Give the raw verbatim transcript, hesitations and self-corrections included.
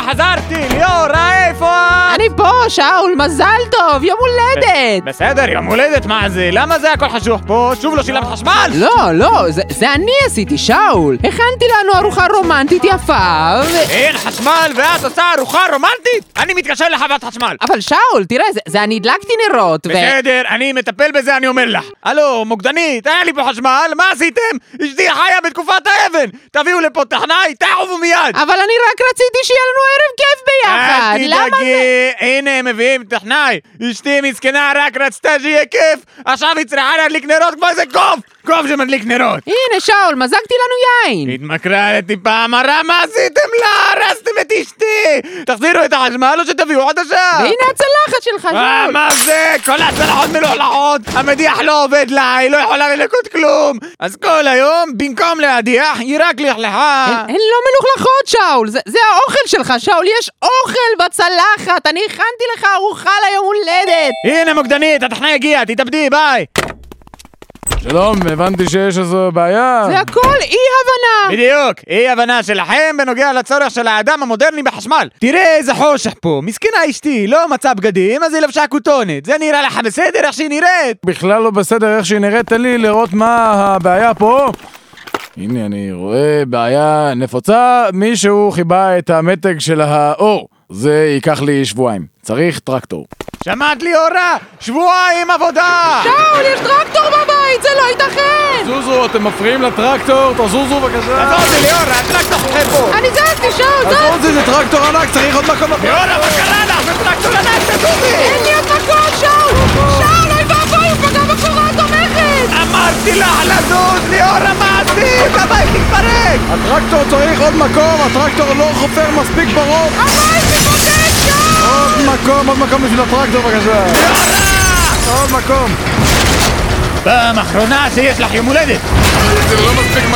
חזרתי, ליאורה, איפה את? אני פה, שאול, מזל טוב, יום הולדת. בסדר, יום הולדת, מה זה? למה זה הכל חשוך פה? שוב לא שילמת חשמל? לא, לא, זה, זה אני עשיתי, שאול. הכנתי לנו ארוחה רומנטית יפה, ו... אין חשמל ואת עושה ארוחה רומנטית? אני מתקשר לחברת חשמל. אבל שאול, תראה, זה, זה אני הדלקתי נרות, ו... בסדר, אני מטפל בזה, אני אומר לך. הלו, מוקדנית, היה לי פה חשמל, מה עשיתם? אשתי חיה בתקופת האבן. תביאו לפה טכנאי, תעופו מיד. אבל אני רק רציתי שיהיה לנו ערב כיף ביחד. אל למה תדאגי, זה? הנה הם מביאים טכנאי. אשתי מסכנה רק רצתה שיהיה כיף. עכשיו היא צריכה להדליק נרות כמו איזה קוף. קוף שמדליק נרות. הנה, שאול, מזגתי לנו יין. התמכרה לטיפה המרה, מה עשיתם לה? הרסתם את אשתי. תחזירו את החשמל או שתביאו חדשה. והנה הצלחת שלך, אה, שאול. מה זה? כל הצלחות מלוכלכות. המדיח לא עובד לה, היא לא יכולה לנקות כלום. אז כל היום, במקום להדיח, היא רק לכלכה. הן הן לא מלוכלכות, שאול. זה, זה האוכל שלך, שאול. יש אוכל בצלחת. אני הכנתי לך ארוחה ליום הולדת. הנה מוקדנית, הטכנאי הגיע, תתאבדי, ביי. שלום, הבנתי שיש איזו בעיה. זה הכל אי-הבנה. בדיוק, אי הבנה שלכם בנוגע לצורך של האדם המודרני בחשמל. תראה איזה חושך פה, מסכנה אשתי, לא מצא בגדים, אז היא לבשה כותונת. זה נראה לך בסדר איך שהיא נראית? בכלל לא בסדר איך שהיא נראית, תן לי לראות מה הבעיה פה. הנה אני רואה בעיה נפוצה, מישהו חיבה את המתג של האור. זה ייקח לי שבועיים, צריך טרקטור. שמעת לי אורה? שבועיים עבודה! שאול, יש טרקטור בבית, זה לא ייתכן. זוזו, אתם מפריעים לטרקטור, תזוזו בבקשה. תעזור לי ליאורה, הטרקטור חושב פה! אני זזתי, שאול, זז. תזוזי, זה טרקטור ענק, צריך עוד מקום לפרק. ליאורה, מה קרה לך? זה טרקטור ענק, תזוזי! אין לי עוד מקום, שאול. שאול, אוי ואבוי, הוא פגע בקורה התומכת. אמרתי לך לזוז, ליאורה, מה עשית? הבית תתפרק! הטרקטור צריך עוד מקום, הטרקטור לא חופר מספיק ברוב. הבית מתפוצץ, שאול. עוד מקום, עוד מקום בשביל הטרקטור בבקשה. ליאורה! עוד מקום. פעם אחרונה שיש לך יום הולדת. זה לא מספיק